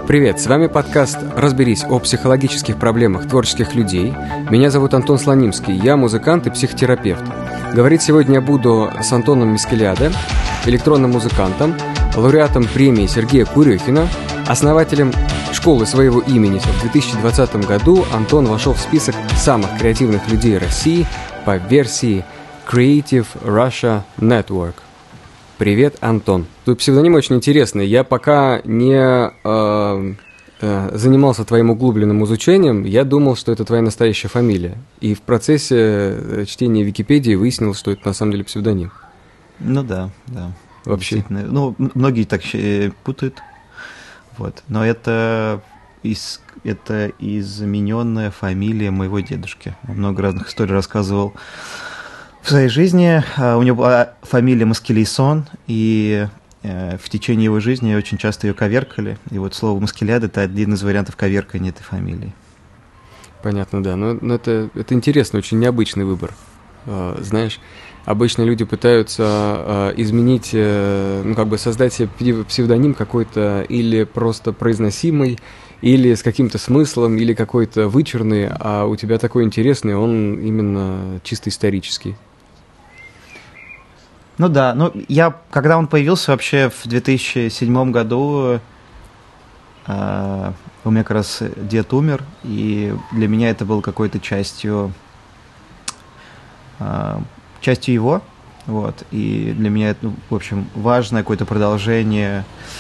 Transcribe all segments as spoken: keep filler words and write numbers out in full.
Привет, с вами подкаст «Разберись» о психологических проблемах творческих людей. Меня зовут Антон Слонимский, я музыкант и психотерапевт. Говорить сегодня я буду с Антоном Мискелядзе, электронным музыкантом, лауреатом премии Сергея Курехина, основателем школы своего имени. В две тысячи двадцатом году Антон вошел в список самых креативных людей России по версии Creative Russia Network. Привет, Антон. Твой псевдоним очень интересный. Я пока не э, э, занимался твоим углубленным изучением, я думал, что это твоя настоящая фамилия. И в процессе чтения Википедии выяснил, что это на самом деле псевдоним. Ну да, да. Вообще. Ну, многие так путают. Вот. Но это, из, это измененная фамилия моего дедушки. Он много разных историй рассказывал в своей жизни. У него была фамилия Маскелейсон, и в течение его жизни очень часто ее коверкали. И вот слово «Маскеляд» — это один из вариантов коверкания этой фамилии. Понятно, да. Но, но это, это интересный, очень необычный выбор. Знаешь, обычно люди пытаются изменить, ну, как бы создать себе псевдоним какой-то или просто произносимый, или с каким-то смыслом, или какой-то вычурный, а у тебя такой интересный, он именно чисто исторический. Ну да, ну я, когда он появился вообще в две тысячи седьмом году, э, у меня как раз дед умер, и для меня это было какой-то частью, э, частью его, вот, и для меня это, в общем, важное какое-то продолжение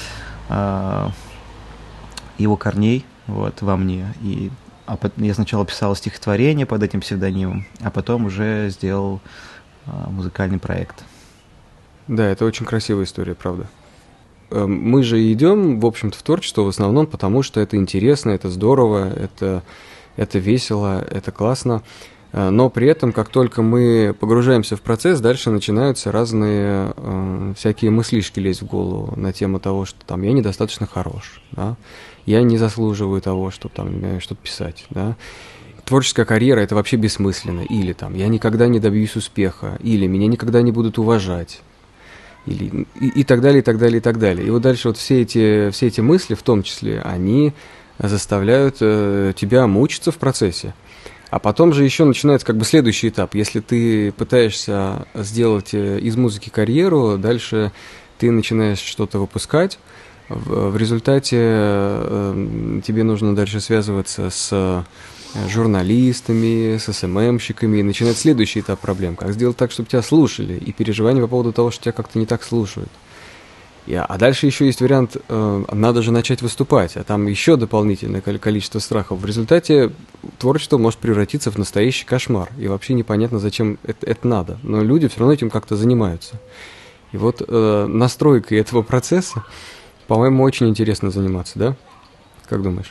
э, его корней, вот, во мне, и а я сначала писал стихотворение под этим псевдонимом, а потом уже сделал э, музыкальный проект. Да, это очень красивая история, правда. Мы же идем, в общем-то, в творчество в основном, потому что это интересно, это здорово, это, это весело, это классно. Но при этом, как только мы погружаемся в процесс, дальше начинаются разные э, всякие мыслишки лезть в голову на тему того, что там я недостаточно хорош, да? Я не заслуживаю того, чтобы там что-то писать, да? Творческая карьера — это вообще бессмысленно, или там я никогда не добьюсь успеха, или меня никогда не будут уважать. Или, и, и так далее, и так далее, и так далее. И вот дальше вот все эти, все эти мысли, в том числе, они заставляют э, тебя мучиться в процессе. А потом же еще начинается как бы следующий этап. Если ты пытаешься сделать из музыки карьеру, дальше ты начинаешь что-то выпускать. В, в результате э, тебе нужно дальше связываться с журналистами, с эс эм эм-щиками, и начинает следующий этап проблем. Как сделать так, чтобы тебя слушали, и переживания по поводу того, что тебя как-то не так слушают. И, а дальше еще есть вариант, э, надо же начать выступать, а там еще дополнительное количество страхов. В результате творчество может превратиться в настоящий кошмар, и вообще непонятно, зачем это, это надо. Но люди все равно этим как-то занимаются. И вот э, настройкой этого процесса, по-моему, очень интересно заниматься, да? Как думаешь?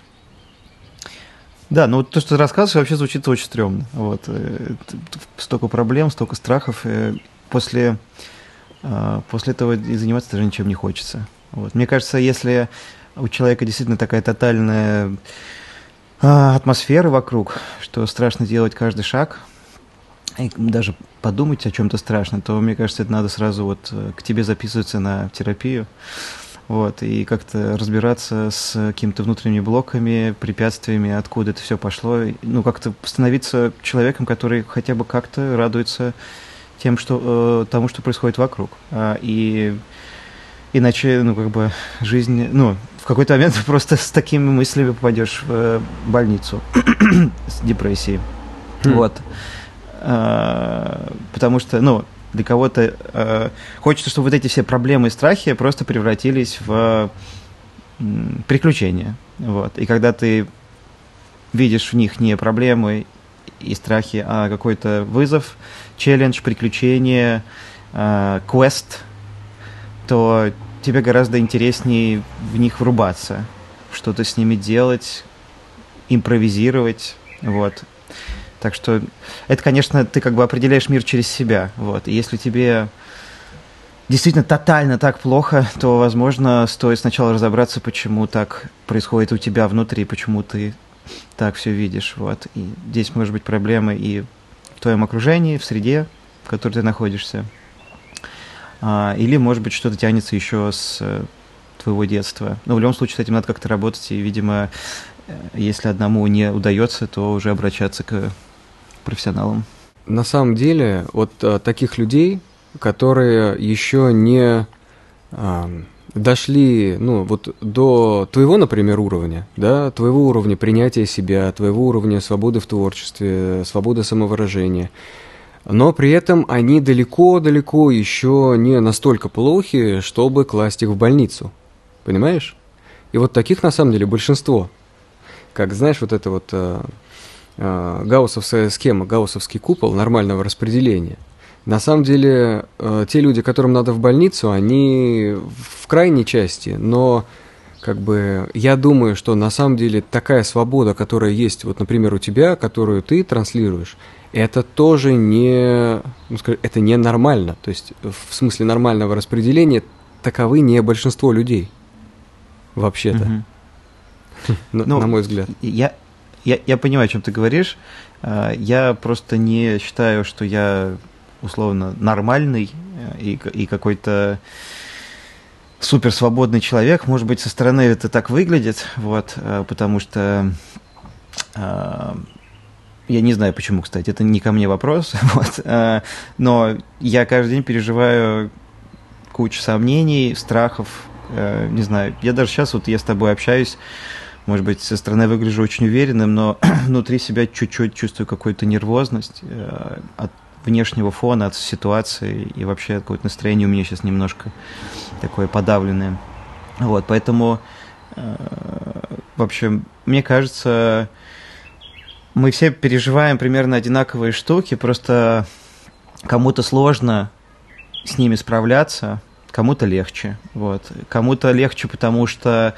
Да, ну то, что ты рассказываешь, вообще звучит очень стрёмно. Вот. Столько проблем, столько страхов. После, после этого и заниматься даже ничем не хочется. Вот. Мне кажется, если у человека действительно такая тотальная атмосфера вокруг, что страшно делать каждый шаг, и даже подумать о чем-то страшном, то, мне кажется, это надо сразу вот к тебе записываться на терапию. Вот, и как-то разбираться с какими-то внутренними блоками, препятствиями, откуда это все пошло. Ну, как-то становиться человеком, который хотя бы как-то радуется тем, что, э, тому, что происходит вокруг. А, и иначе, ну, как бы, жизнь... Ну, в какой-то момент ты просто с такими мыслями попадешь в больницу с депрессией. Mm. Вот. А, потому что, ну... Для кого-то э, хочется, чтобы вот эти все проблемы и страхи просто превратились в э, приключения. Вот. И когда ты видишь в них не проблемы и страхи, а какой-то вызов, челлендж, приключение, э, квест, то тебе гораздо интереснее в них врубаться, что-то с ними делать, импровизировать. Вот. Так что это, конечно, ты как бы определяешь мир через себя. Вот. И если тебе действительно тотально так плохо, то, возможно, стоит сначала разобраться, почему так происходит у тебя внутри, почему ты так все видишь. Вот. И здесь может быть проблемы и в твоем окружении, в среде, в которой ты находишься. Или, может быть, что-то тянется еще с твоего детства. Но в любом случае с этим надо как-то работать, и, видимо, если одному не удается, то уже обращаться к профессионалам. На самом деле, вот а, таких людей, которые еще не а, дошли, ну, вот до твоего, например, уровня, да, твоего уровня принятия себя, твоего уровня свободы в творчестве, свободы самовыражения, но при этом они далеко-далеко еще не настолько плохи, чтобы класть их в больницу, понимаешь? И вот таких, на самом деле, большинство. Как, знаешь, вот это вот а, а, гауссовская схема, гауссовский купол нормального распределения. На самом деле, а, те люди, которым надо в больницу, они в крайней части, но как бы я думаю, что на самом деле такая свобода, которая есть, вот, например, у тебя, которую ты транслируешь, это тоже не, ну, скажем, это не нормально. То есть в смысле нормального распределения таковы не большинство людей. Вообще-то. Mm-hmm. На, ну, на мой взгляд. Я, я, я понимаю, о чем ты говоришь. Я просто не считаю, что я условно нормальный и, и какой-то суперсвободный человек. Может быть, со стороны это так выглядит, вот, потому что я не знаю почему, кстати, это не ко мне вопрос, вот, но я каждый день переживаю кучу сомнений, страхов, не знаю. Я даже сейчас, вот я с тобой общаюсь, может быть, со стороны выгляжу очень уверенным, но внутри себя чуть-чуть чувствую какую-то нервозность э, от внешнего фона, от ситуации, и вообще какое-то настроение у меня сейчас немножко такое подавленное. Вот, поэтому, э, в общем, мне кажется, мы все переживаем примерно одинаковые штуки, просто кому-то сложно с ними справляться, кому-то легче. Вот. Кому-то легче, потому что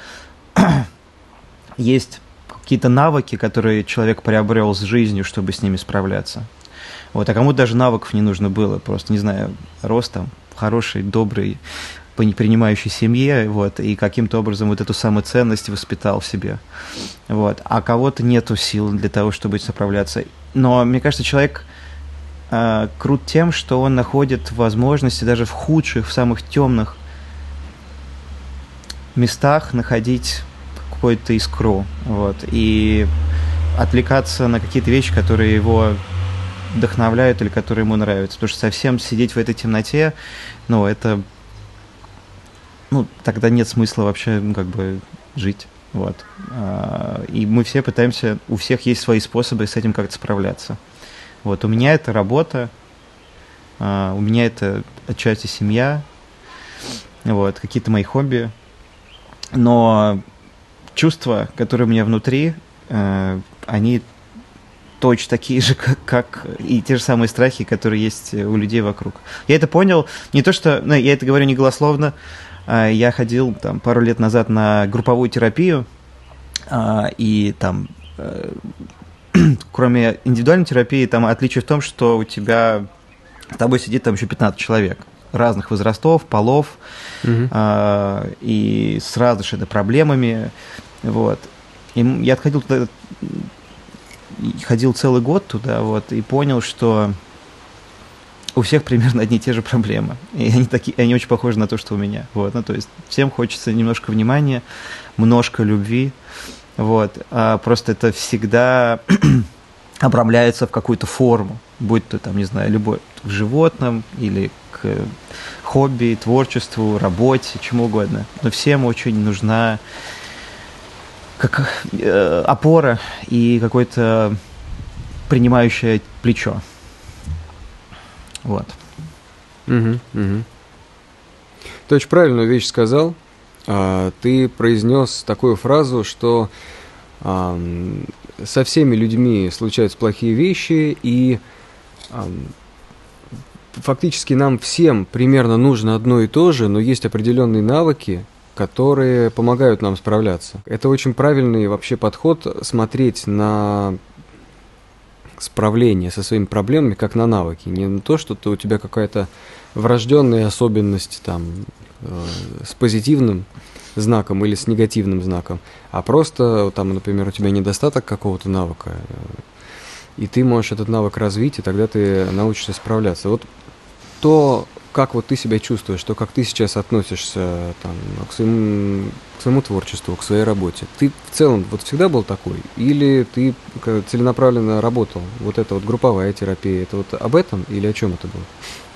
есть какие-то навыки, которые человек приобрел с жизнью, чтобы с ними справляться. Вот. А кому-то даже навыков не нужно было. Просто, не знаю, рос там в хорошей, доброй, принимающей семье, вот, и каким-то образом вот эту самоценность воспитал в себе. Вот. А кого-то нету сил для того, чтобы справляться. Но, мне кажется, человек э, крут тем, что он находит возможности даже в худших, в самых темных местах находить какую-то искру, вот, и отвлекаться на какие-то вещи, которые его вдохновляют или которые ему нравятся. Потому что совсем сидеть в этой темноте, ну, это... Ну, тогда нет смысла вообще, ну, как бы, жить, вот. И мы все пытаемся... У всех есть свои способы с этим как-то справляться. Вот, у меня это работа, у меня это отчасти семья, вот, какие-то мои хобби, но... Чувства, которые у меня внутри, э, они точно такие же, как, как и те же самые страхи, которые есть у людей вокруг. Я это понял, не то что, ну, я это говорю не голословно, э, я ходил там пару лет назад на групповую терапию, э, и там, э, кроме индивидуальной терапии, там отличие в том, что у тебя, с тобой сидит там еще пятнадцать человек. Разных возрастов, полов, угу. э, и с разными проблемами. Вот. И я отходил туда, ходил целый год туда, вот, и понял, что у всех примерно одни и те же проблемы. И они, такие, они очень похожи на то, что у меня. Вот. Ну, то есть всем хочется немножко внимания, немножко любви. Вот. А просто это всегда обрамляется в какую-то форму. Будь то, там, не знаю, любовь к животным или к хобби, творчеству, работе, чему угодно. Но всем очень нужна как э, опора и какое-то принимающее плечо. Вот. Угу, угу. Ты очень правильную вещь сказал. А, ты произнес такую фразу, что а, со всеми людьми случаются плохие вещи, и а, фактически нам всем примерно нужно одно и то же, но есть определенные навыки, которые помогают нам справляться. Это очень правильный вообще подход смотреть на справление со своими проблемами как на навыки. Не на то, что у тебя какая-то врожденная особенность там, э, с позитивным знаком или с негативным знаком, а просто, там, например, у тебя недостаток какого-то навыка, и ты можешь этот навык развить, и тогда ты научишься справляться. Вот то, как вот ты себя чувствуешь, то, как ты сейчас относишься там, к своему, к своему творчеству, к своей работе. Ты в целом вот всегда был такой? Или ты целенаправленно работал? Вот это вот групповая терапия, это вот об этом или о чем это было?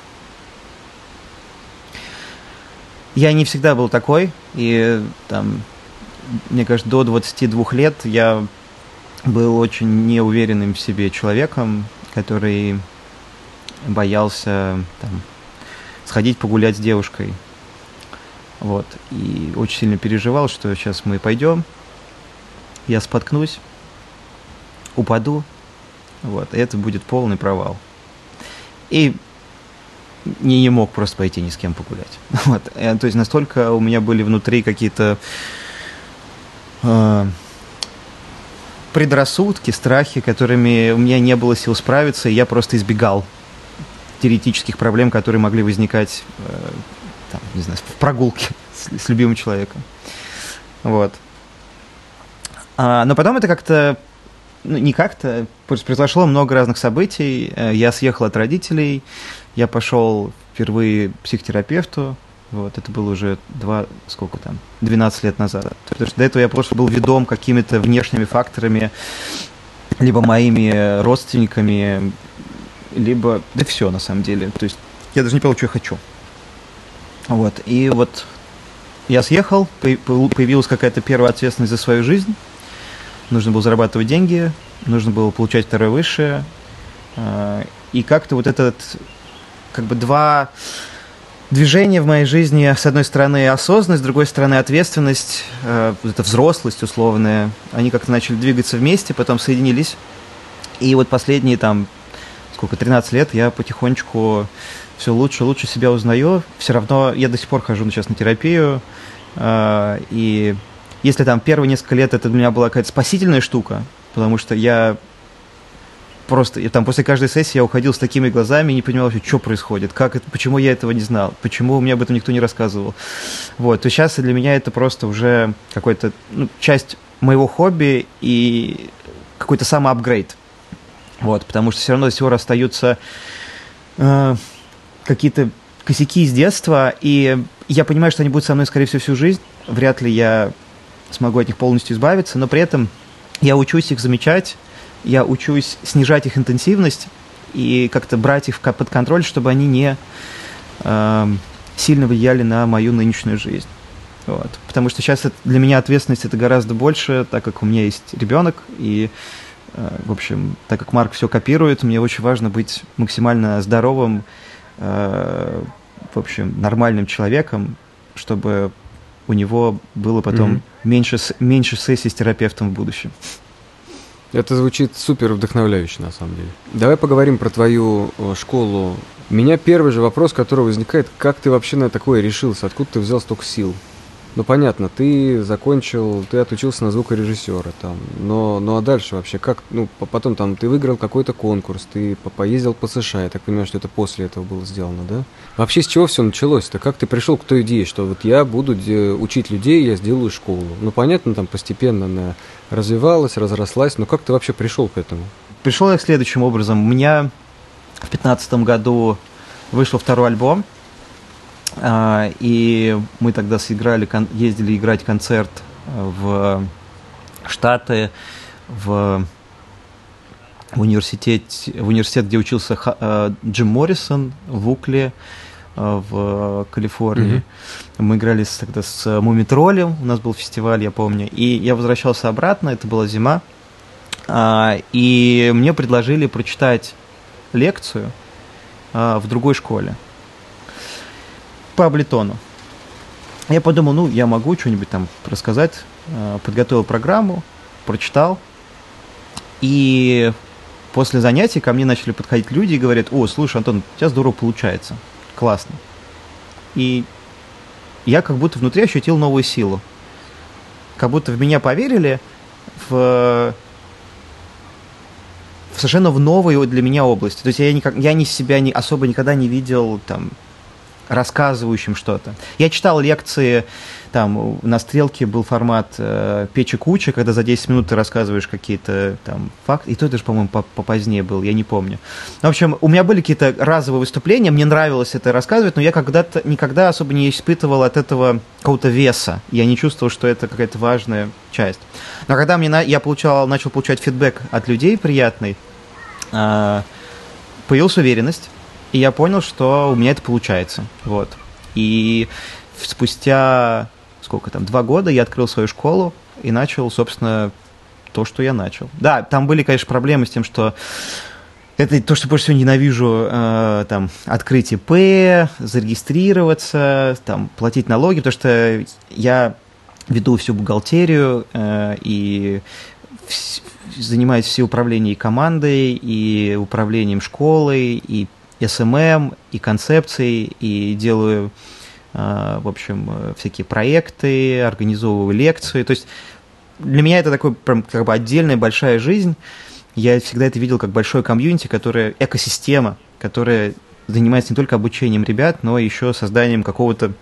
Я не всегда был такой, и там, мне кажется, до двадцати двух лет я был очень неуверенным в себе человеком, который боялся там, сходить погулять с девушкой. Вот. И очень сильно переживал, что сейчас мы пойдем, я споткнусь, упаду, вот, и это будет полный провал. И не, не мог просто пойти ни с кем погулять. Вот. И, то есть настолько у меня были внутри какие-то э, предрассудки, страхи, которыми у меня не было сил справиться, и я просто избегал теоретических проблем, которые могли возникать э, там, не знаю, в прогулке с, с любимым человеком. Вот. А, но потом это как-то, ну, не как-то, произошло много разных событий. Я съехал от родителей, я пошел впервые к психотерапевту. Вот, это было уже два, сколько там, двенадцать лет назад. Потому что до этого я просто был ведом какими-то внешними факторами, либо моими родственниками, либо, да все на самом деле. То есть я даже не понял, что я хочу. Вот, и вот я съехал, появилась какая-то первая ответственность за свою жизнь. Нужно было зарабатывать деньги, нужно было получать второе высшее. И как-то вот этот, как бы два движения в моей жизни, с одной стороны осознанность, с другой стороны ответственность, вот эта взрослость условная, они как-то начали двигаться вместе, потом соединились. И вот последние там, сколько, тринадцать лет я потихонечку все лучше и лучше себя узнаю. Все равно я до сих пор хожу сейчас на терапию. И если там первые несколько лет это для меня была какая-то спасительная штука, потому что я просто, я, там после каждой сессии я уходил с такими глазами и не понимал вообще, что происходит, как это, почему я этого не знал, почему мне об этом никто не рассказывал. Вот, то сейчас для меня это просто уже какой-то, ну, часть моего хобби и какой-то самоапгрейд. Вот, потому что все равно до сих пор остаются э, какие-то косяки из детства, и я понимаю, что они будут со мной, скорее всего, всю жизнь. Вряд ли я смогу от них полностью избавиться, но при этом я учусь их замечать, я учусь снижать их интенсивность и как-то брать их под контроль, чтобы они не э, сильно влияли на мою нынешнюю жизнь. Вот. Потому что сейчас это, для меня ответственность это гораздо больше, так как у меня есть ребенок, и, э, в общем, так как Марк все копирует, мне очень важно быть максимально здоровым, э, в общем, нормальным человеком, чтобы у него было потом mm-hmm. меньше, меньше сессий с терапевтом в будущем. Это звучит супер вдохновляюще, на самом деле. Давай поговорим про твою школу. У меня первый же вопрос, который возникает, как ты вообще на такое решился? Откуда ты взял столько сил? Ну, понятно, ты закончил, ты отучился на звукорежиссера, там, но, ну а дальше вообще как, ну, потом там ты выиграл какой-то конкурс, ты поездил по США, я так понимаю, что это после этого было сделано, да? Вообще с чего все началось-то? Как ты пришел к той идее, что вот я буду учить людей, я сделаю школу? Ну, понятно, там постепенно она развивалась, разрослась, но как ты вообще пришел к этому? Пришел я следующим образом. У меня в пятнадцатом году вышел второй альбом, и мы тогда сыграли, ездили играть концерт в Штаты, в, в, университет, в университет, где учился Джим Моррисон, в Укле, в Калифорнии. Mm-hmm. Мы играли с, тогда с Мумитролем, у нас был фестиваль, я помню, и я возвращался обратно, это была зима, и мне предложили прочитать лекцию в другой школе по Аблетону. Я подумал, ну, я могу что-нибудь там рассказать, подготовил программу, прочитал, и после занятий ко мне начали подходить люди и говорят: о, слушай, Антон, у тебя здорово получается, классно. И я как будто внутри ощутил новую силу, как будто в меня поверили в, в совершенно в новую для меня область. То есть я, никак, я не себя не, особо никогда не видел там рассказывающим что-то. Я читал лекции, там на «Стрелке» был формат э, «Печи-куча», когда за десять минут ты рассказываешь какие-то там факты, и то это же, по-моему, попозднее был, я не помню. В общем, у меня были какие-то разовые выступления, мне нравилось это рассказывать, но я когда-то, никогда особо не испытывал от этого какого-то веса, я не чувствовал, что это какая-то важная часть. Но когда мне на, я получал, начал получать фидбэк от людей приятный, э, появилась уверенность, и я понял, что у меня это получается. Вот. И спустя, сколько там, два года я открыл свою школу и начал, собственно, то, что я начал. Да, там были, конечно, проблемы с тем, что это то, что больше всего ненавижу, э, там, открыть ИП, зарегистрироваться, там, платить налоги, потому что я веду всю бухгалтерию э, и в, занимаюсь все управлением командой, и управлением школой, и эс эм эм, и концепцией, и делаю, в общем, всякие проекты, организовываю лекции. То есть для меня это такой прям как бы отдельная большая жизнь. Я всегда это видел как большое комьюнити, которое, экосистема, которая занимается не только обучением ребят, но еще созданием какого-то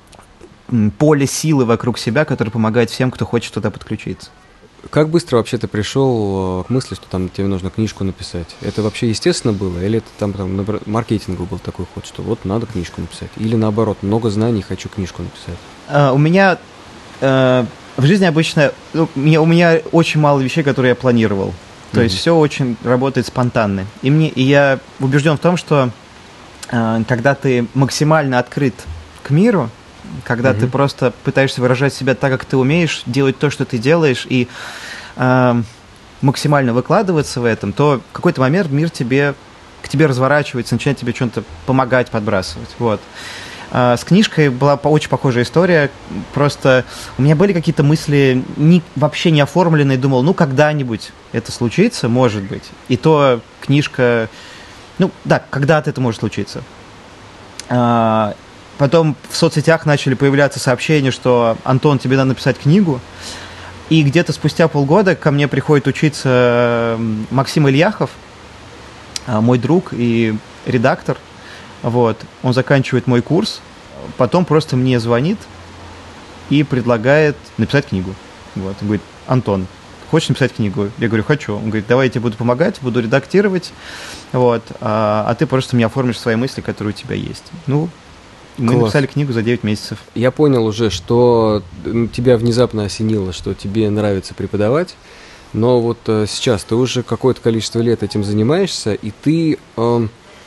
поля силы вокруг себя, которое помогает всем, кто хочет туда подключиться. Как быстро вообще ты пришел к мысли, что там тебе нужно книжку написать? Это вообще естественно было? Или это там, там маркетинговый был такой ход, что вот надо книжку написать? Или наоборот, много знаний, хочу книжку написать? Uh, у меня uh, в жизни обычно... Ну, у, меня, у меня очень мало вещей, которые я планировал. То mm-hmm. есть все очень работает спонтанно. И, мне, и я убежден в том, что uh, когда ты максимально открыт к миру, когда mm-hmm. ты просто пытаешься выражать себя так, как ты умеешь, делать то, что ты делаешь, и э, максимально выкладываться в этом, то в какой-то момент мир тебе, к тебе разворачивается, начинает тебе что-то помогать, подбрасывать. Вот. А с книжкой была очень похожая история. Просто у меня были какие-то мысли не, вообще не оформленные. Думал, ну, когда-нибудь это случится, может быть. И то книжка... Ну, да, когда-то это может случиться. А, Потом в соцсетях начали появляться сообщения, что «Антон, тебе надо написать книгу». И где-то спустя полгода ко мне приходит учиться Максим Ильяхов, мой друг и редактор. Вот. Он заканчивает мой курс, потом просто мне звонит и предлагает написать книгу. Вот. Он говорит: «Антон, хочешь написать книгу?» Я говорю: «Хочу». Он говорит: «Давай я тебе буду помогать, буду редактировать, вот, а, а ты просто мне оформишь свои мысли, которые у тебя есть». Ну, мы Класс. Написали книгу за девять месяцев. Я понял уже, что тебя внезапно осенило, что тебе нравится преподавать, но вот э, сейчас ты уже какое-то количество лет этим занимаешься, и ты... Э,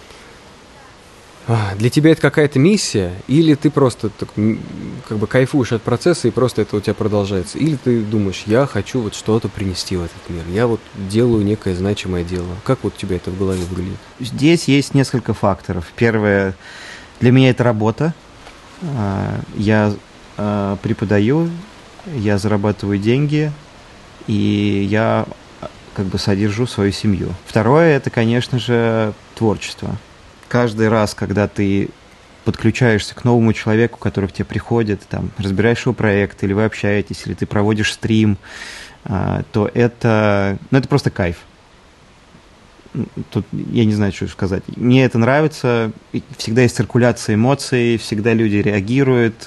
для тебя это какая-то миссия, или ты просто так, как бы кайфуешь от процесса, и просто это у тебя продолжается, или ты думаешь: я хочу вот что-то принести в этот мир, я вот делаю некое значимое дело. Как вот у тебя это в голове выглядит? Здесь есть несколько факторов. Первое... Для меня это работа. Я преподаю, я зарабатываю деньги, и я как бы содержу свою семью. Второе – это, конечно же, творчество. Каждый раз, когда ты подключаешься к новому человеку, который к тебе приходит, там, разбираешь его проект, или вы общаетесь, или ты проводишь стрим, то это, ну, это просто кайф. Тут я не знаю, что сказать. Мне это нравится. Всегда есть циркуляция эмоций, всегда люди реагируют,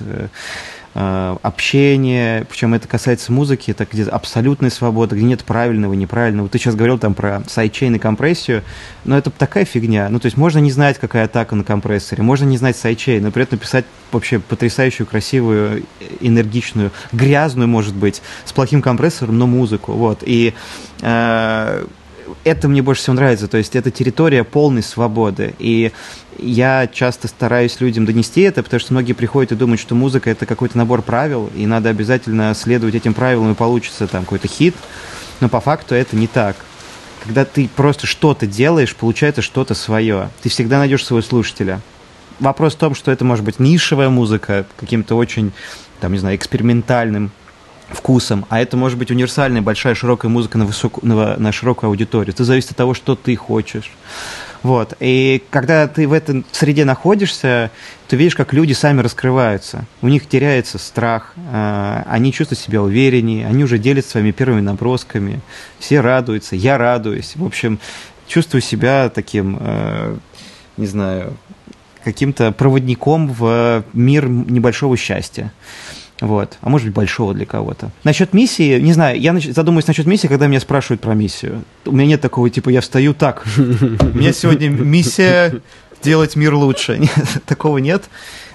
общение. Причем это касается музыки, это где абсолютная свобода, где нет правильного, неправильного. Ты сейчас говорил там про сайдчейн и компрессию, но это такая фигня. Ну, то есть можно не знать, какая атака на компрессоре, можно не знать сайдчейн, но при этом написать вообще потрясающую, красивую, энергичную, грязную, может быть, с плохим компрессором, но музыку. Вот. И э- это мне больше всего нравится, то есть это территория полной свободы, и я часто стараюсь людям донести это, потому что многие приходят и думают, что музыка – это какой-то набор правил, и надо обязательно следовать этим правилам, и получится там какой-то хит, но по факту это не так. Когда ты просто что-то делаешь, получается что-то свое, ты всегда найдешь своего слушателя. Вопрос в том, что это может быть нишевая музыка, каким-то очень, там, не знаю, экспериментальным вкусом, а это может быть универсальная, большая, широкая музыка на, высокую, на, на широкую аудиторию. Это зависит от того, что ты хочешь. Вот. И когда ты в этой среде находишься, ты видишь, как люди сами раскрываются. У них теряется страх, они чувствуют себя увереннее, они уже делятся своими первыми набросками, все радуются, я радуюсь. В общем, чувствую себя таким, не знаю, каким-то проводником в мир небольшого счастья. Вот. А может быть, большого для кого-то. Насчет миссии, не знаю, я задумываюсь насчет миссии, когда меня спрашивают про миссию. У меня нет такого, типа, я встаю так. У меня сегодня миссия делать мир лучше. Такого нет.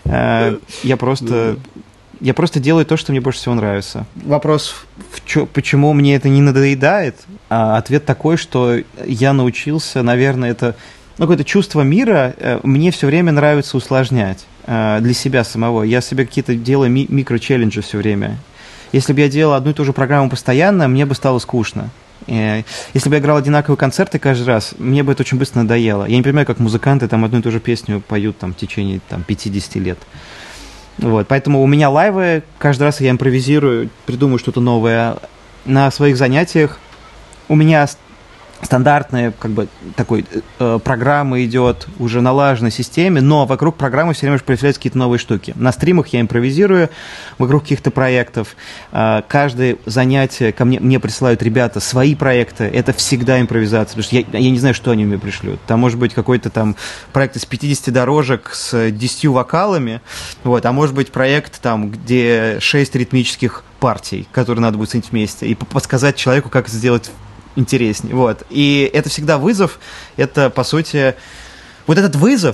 Я просто... Я просто делаю то, что мне больше всего нравится. Вопрос, в чё, почему мне это не надоедает? А ответ такой, что я научился, наверное, это... Ну, какое-то чувство мира мне все время нравится усложнять для себя самого. Я себе какие-то делаю ми- микро-челленджи все время. Если бы я делал одну и ту же программу постоянно, мне бы стало скучно. Если бы я играл одинаковые концерты каждый раз, мне бы это очень быстро надоело. Я не понимаю, как музыканты там одну и ту же песню поют там, в течение там, пятьдесят лет. Вот, поэтому у меня лайвы, каждый раз я импровизирую, придумаю что-то новое. На своих занятиях у меня стандартная как бы, такой, э, программа идет уже налаженной системе, но вокруг программы все время появляются какие-то новые штуки. На стримах я импровизирую вокруг каких-то проектов. Э, каждое занятие ко мне, мне присылают ребята свои проекты. Это всегда импровизация, потому что я, я не знаю, что они мне пришлют. Там может быть какой-то там проект из пятидесяти дорожек с десятью вокалами, вот, а может быть проект, там, где шесть ритмических партий, которые надо будет соединить вместе, и подсказать человеку, как сделать интереснее, вот. И это всегда вызов, это, по сути, вот этот вызов,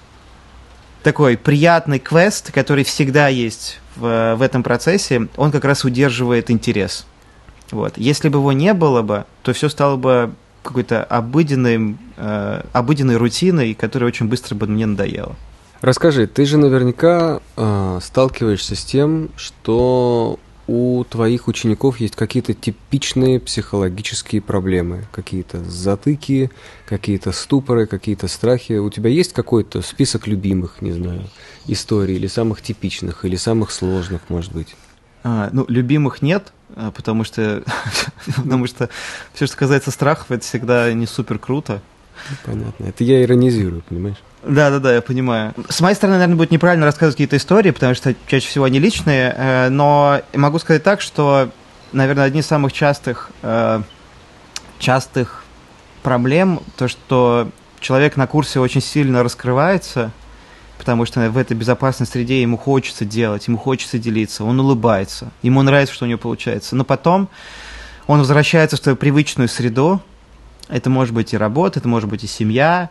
такой приятный квест, который всегда есть в, в этом процессе, он как раз удерживает интерес. Вот. Если бы его не было бы, то все стало бы какой-то обыденной, э, обыденной рутиной, которая очень быстро бы мне надоела. Расскажи, ты же наверняка э, сталкиваешься с тем, что у твоих учеников есть какие-то типичные психологические проблемы, какие-то затыки, какие-то ступоры, какие-то страхи. У тебя есть какой-то список любимых, не знаю, историй, или самых типичных, или самых сложных, может быть? А, ну, любимых нет, потому что, потому что все, что касается страхов, это всегда не супер круто. Понятно. Это я иронизирую, понимаешь? Да-да-да, я понимаю. С моей стороны, наверное, будет неправильно рассказывать какие-то истории, потому что чаще всего они личные, но могу сказать так, что, наверное, одни из самых частых, частых проблем, то, что человек на курсе очень сильно раскрывается, потому что в этой безопасной среде ему хочется делать, ему хочется делиться, он улыбается, ему нравится, что у него получается, но потом он возвращается в свою привычную среду, это может быть и работа, это может быть и семья,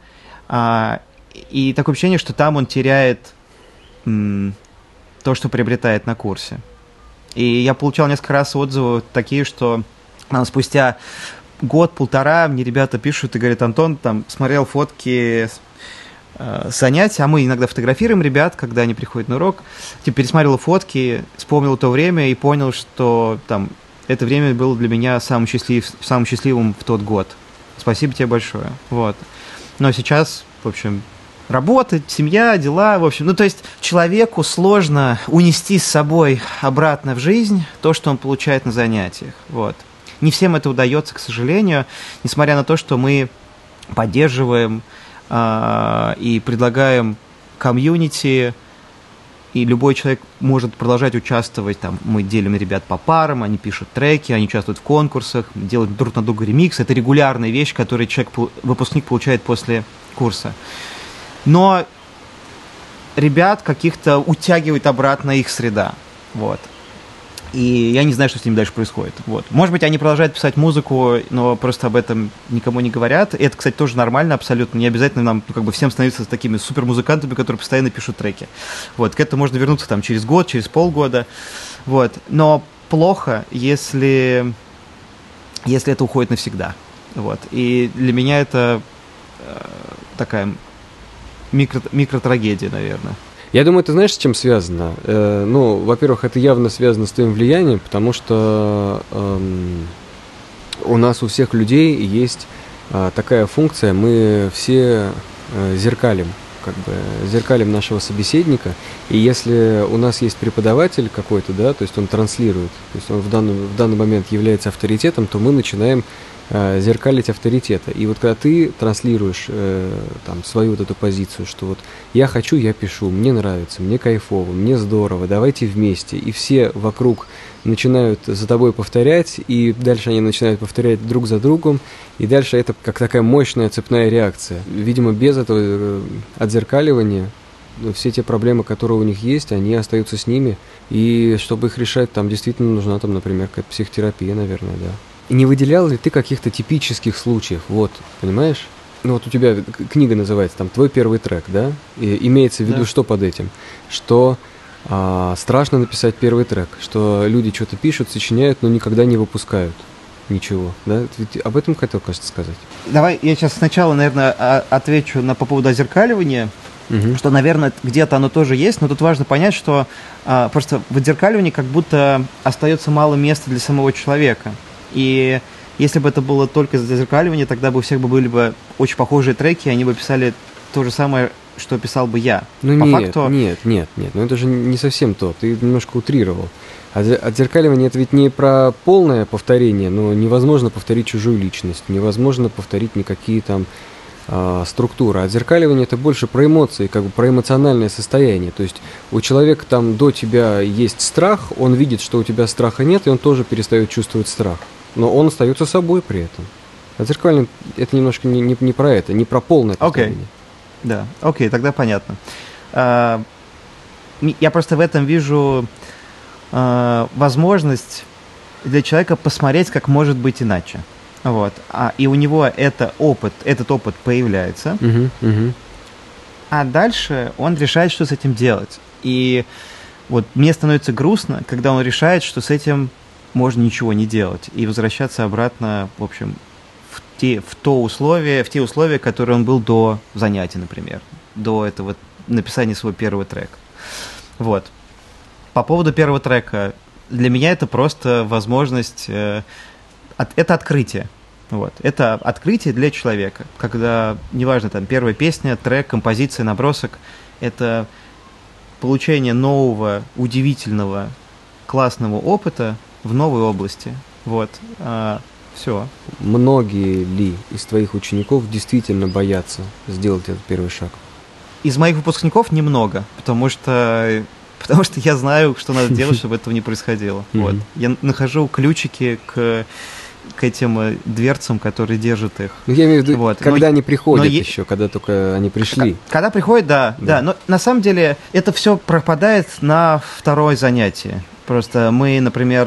и такое ощущение, что там он теряет м, то, что приобретает на курсе. И я получал несколько раз отзывы такие, что а, спустя год-полтора мне ребята пишут и говорят: Антон, там, смотрел фотки э, занятий, а мы иногда фотографируем ребят, когда они приходят на урок, типа, пересмотрел фотки, вспомнил то время и понял, что там это время было для меня самым, счастлив, самым счастливым в тот год. Спасибо тебе большое. Вот. Но сейчас, в общем... Работа, семья, дела, в общем. Ну, то есть человеку сложно унести с собой обратно в жизнь то, что он получает на занятиях. Вот. Не всем это удается, к сожалению, несмотря на то, что мы поддерживаем э, и предлагаем комьюнити, и любой человек может продолжать участвовать. Там, мы делим ребят по парам, они пишут треки, они участвуют в конкурсах, делают друг на друга ремиксы. Это регулярная вещь, которую человек, выпускник получает после курса. Но ребят каких-то утягивает обратно их среда, вот. И я не знаю, что с ними дальше происходит, вот. Может быть, они продолжают писать музыку, но просто об этом никому не говорят. И это, кстати, тоже нормально абсолютно. Не обязательно нам, ну, как бы всем становиться такими супермузыкантами, которые постоянно пишут треки. Вот. К этому можно вернуться там через год, через полгода, вот. Но плохо, если, если это уходит навсегда, вот. И для меня это э, такая... Микро, микротрагедия, наверное. Я думаю, ты знаешь, с чем связано? Э, ну, во-первых, это явно связано с твоим влиянием, потому что э, у нас у всех людей есть э, такая функция, мы все э, зеркалим, как бы зеркалим нашего собеседника, и если у нас есть преподаватель какой-то, да, то есть он транслирует, то есть он в данный, в данный момент является авторитетом, то мы начинаем зеркалить авторитета. И вот когда ты транслируешь э, там, свою вот эту позицию, что вот я хочу, я пишу, мне нравится, мне кайфово, мне здорово, давайте вместе, и все вокруг начинают за тобой повторять, и дальше они начинают повторять друг за другом, и дальше это как такая мощная цепная реакция. Видимо, без этого отзеркаливания все те проблемы, которые у них есть, они остаются с ними, и чтобы их решать, там действительно нужна, там, например, какая-то психотерапия, наверное, да. И не выделял ли ты каких-то типических случаев, вот, понимаешь? Ну вот у тебя книга называется, там, «Твой первый трек», да? И имеется в виду, да. Что под этим? Что а, страшно написать первый трек, что люди что-то пишут, сочиняют, но никогда не выпускают ничего, да? Ты об этом хотел, кажется, сказать. Давай я сейчас сначала, наверное, отвечу на, по поводу отзеркаливания, угу. Что, наверное, где-то оно тоже есть, но тут важно понять, что а, просто в отзеркаливании как будто остается мало места для самого человека. И если бы это было только зазеркаливание, тогда бы у всех бы были бы очень похожие треки, и они бы писали то же самое, что писал бы я. Ну По нет, факту... нет, нет, нет, ну это же не совсем то, ты немножко утрировал. Отзеркаливание — это ведь не про полное повторение, но невозможно повторить чужую личность, невозможно повторить никакие там э, структуры. Отзеркаливание — это больше про эмоции, как бы про эмоциональное состояние. То есть у человека там до тебя есть страх, он видит, что у тебя страха нет, и он тоже перестает чувствовать страх. Но он остается собой при этом. Отзеркаливание — это немножко не, не, не про это, не про полное повторение. Okay. Да, окей, okay, тогда понятно. Uh, я просто в этом вижу uh, возможность для человека посмотреть, как может быть иначе. Вот. А, и у него это опыт, этот опыт появляется. Uh-huh, uh-huh. А дальше он решает, что с этим делать. И вот мне становится грустно, когда он решает, что с этим можно ничего не делать и возвращаться обратно, в общем, в те, в то условие, в те условия, которые он был до занятий, например, до этого написания своего первого трека. Вот. По поводу первого трека, для меня это просто возможность, э, от, это открытие. Вот. Это открытие для человека, когда, неважно, там, первая песня, трек, композиция, набросок, это получение нового, удивительного, классного опыта в новой области. Вот. А, все. Многие ли из твоих учеников действительно боятся сделать этот первый шаг? Из моих выпускников немного, потому что, потому что я знаю, что надо делать, чтобы этого не происходило. Вот. Я нахожу ключики к, к этим дверцам, которые держат их. Ну, я имею в виду, вот. Когда но, они приходят еще, е... когда только они пришли. Когда приходят, да, да. Да. Но на самом деле это все пропадает на второе занятие. Просто мы, например,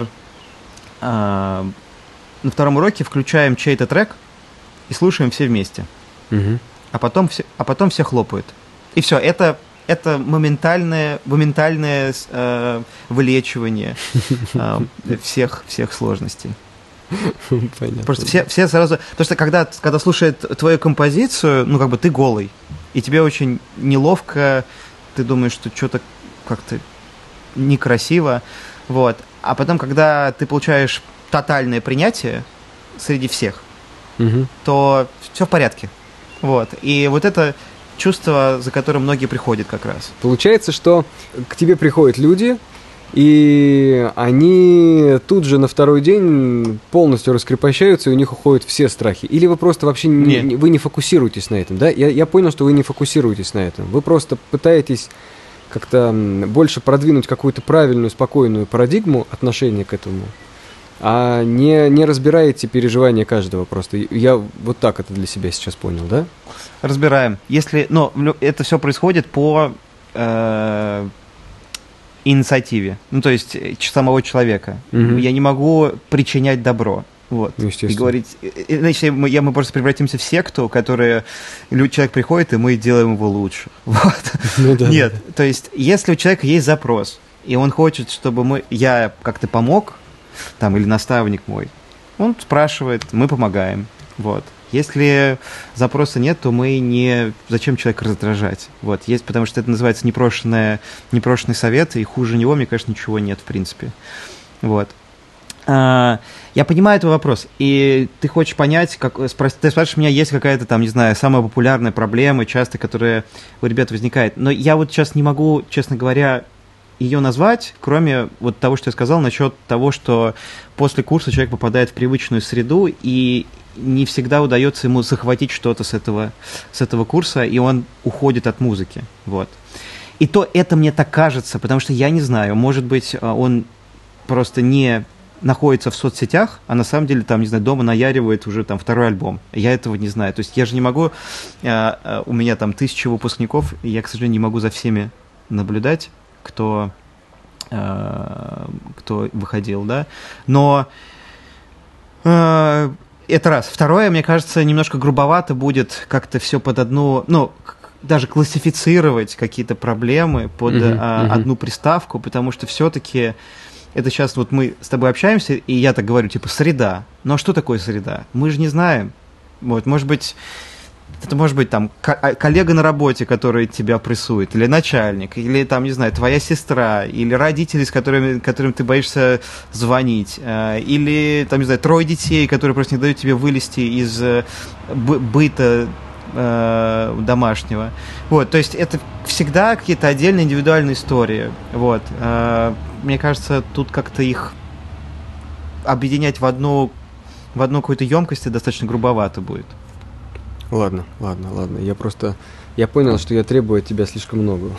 на втором уроке включаем чей-то трек и слушаем все вместе. Угу. А потом все, а потом все хлопают. И все, это, это моментальное, моментальное э, вылечивание э, всех, всех сложностей. Понятно. Просто все, все сразу... Потому что когда, когда слушают твою композицию, ну, как бы ты голый, и тебе очень неловко, ты думаешь, что что-то как-то некрасиво, вот. А потом, когда ты получаешь тотальное принятие среди всех, угу. то все в порядке. Вот. И вот это чувство, за которым многие приходят как раз. Получается, что к тебе приходят люди, и они тут же на второй день полностью раскрепощаются, и у них уходят все страхи. Или вы просто вообще не, не, вы не фокусируетесь на этом, да? Я, я понял, что вы не фокусируетесь на этом. Вы просто пытаетесь как-то больше продвинуть какую-то правильную, спокойную парадигму отношения к этому, а не, не разбираете переживания каждого просто. Я вот так это для себя сейчас понял, да? Разбираем. Если, но это все происходит по э, инициативе, ну, то есть самого человека. Угу. Я не могу причинять добро. Вот. И говорить, иначе мы, я, мы просто превратимся в секту, которая человек приходит, и мы делаем его лучше. Вот. Ну, да, Нет, да. То есть, если у человека есть запрос, и он хочет, чтобы мы, я как-то помог, там, или наставник мой, он спрашивает, мы помогаем. Вот. Если запроса нет, то мы не... Зачем человека раздражать? Вот. Есть, потому что это называется непрошенный, непрошенный совет, и хуже него, мне кажется, ничего нет, в принципе. Вот. Я понимаю твой вопрос, и ты хочешь понять, как, ты спрашиваешь меня, есть какая-то там, не знаю, самая популярная проблема, часто, которая у ребят возникает, но я вот сейчас не могу, честно говоря, ее назвать, кроме вот того, что я сказал насчет того, что после курса человек попадает в привычную среду, и не всегда удается ему захватить что-то с этого, с этого курса, и он уходит от музыки, вот. И то это мне так кажется, потому что я не знаю, может быть, он просто не... находится в соцсетях, а на самом деле там, не знаю, дома наяривает уже там второй альбом. Я этого не знаю. То есть я же не могу, а, а, у меня там тысяча выпускников, и я, к сожалению, не могу за всеми наблюдать, кто, а, кто выходил, да. Но а, это раз. Второе, мне кажется, немножко грубовато будет как-то все под одну, ну, даже классифицировать какие-то проблемы под uh-huh, а, uh-huh. одну приставку, потому что все-таки это сейчас вот мы с тобой общаемся, и я так говорю, типа, среда. Но что такое среда? Мы же не знаем. Вот, может быть, это может быть там коллега на работе, который тебя прессует, или начальник, или там, не знаю, твоя сестра, или родители, с которыми, которым ты боишься звонить, или, там, не знаю, трое детей, которые просто не дают тебе вылезти из быта домашнего. Вот, то есть это всегда какие-то отдельные индивидуальные истории. Вот. Мне кажется, тут как-то их объединять в одну, в одну какую-то емкость достаточно грубовато будет. Ладно, ладно, ладно. Я просто... Я понял, что я требую от тебя слишком много.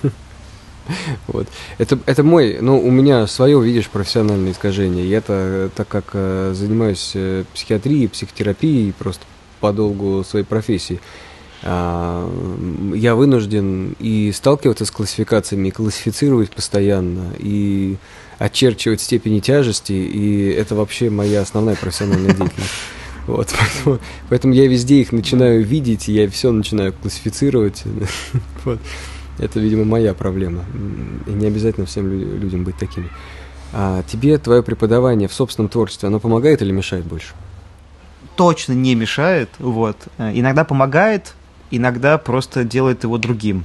Вот. Это, это мой... Ну, у меня свое, видишь, профессиональное искажение. Я-то, так как э, занимаюсь э, психиатрией, психотерапией просто по долгу своей профессии, э, я вынужден и сталкиваться с классификациями, и классифицировать постоянно, и очерчивать степени тяжести, и это вообще моя основная профессиональная деятельность. Вот, поэтому, поэтому я везде их начинаю видеть, я все начинаю классифицировать. Вот. Это, видимо, моя проблема. И не обязательно всем людям быть такими. А тебе твое преподавание в собственном творчестве, оно помогает или мешает больше? Точно не мешает. Вот. Иногда помогает, иногда просто делает его другим.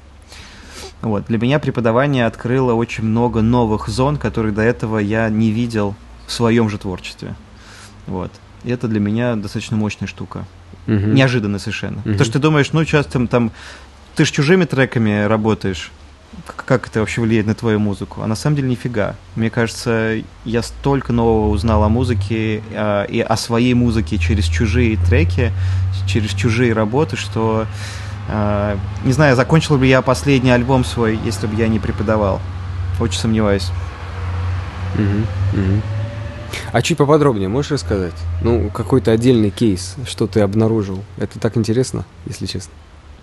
Вот. Для меня преподавание открыло очень много новых зон, которых до этого я не видел в своем же творчестве. Вот. И это для меня достаточно мощная штука. Uh-huh. Неожиданно совершенно. Uh-huh. Потому что ты думаешь, ну, сейчас там, там ты ж чужими треками работаешь, как это вообще влияет на твою музыку? А на самом деле нифига. Мне кажется, я столько нового узнал о музыке э, и о своей музыке через чужие треки, через чужие работы, что, э, не знаю, закончил бы я последний альбом свой, если бы я не преподавал. Очень сомневаюсь. Uh-huh. Uh-huh. А чуть поподробнее можешь рассказать? Ну, какой-то отдельный кейс, что ты обнаружил. Это так интересно, если честно.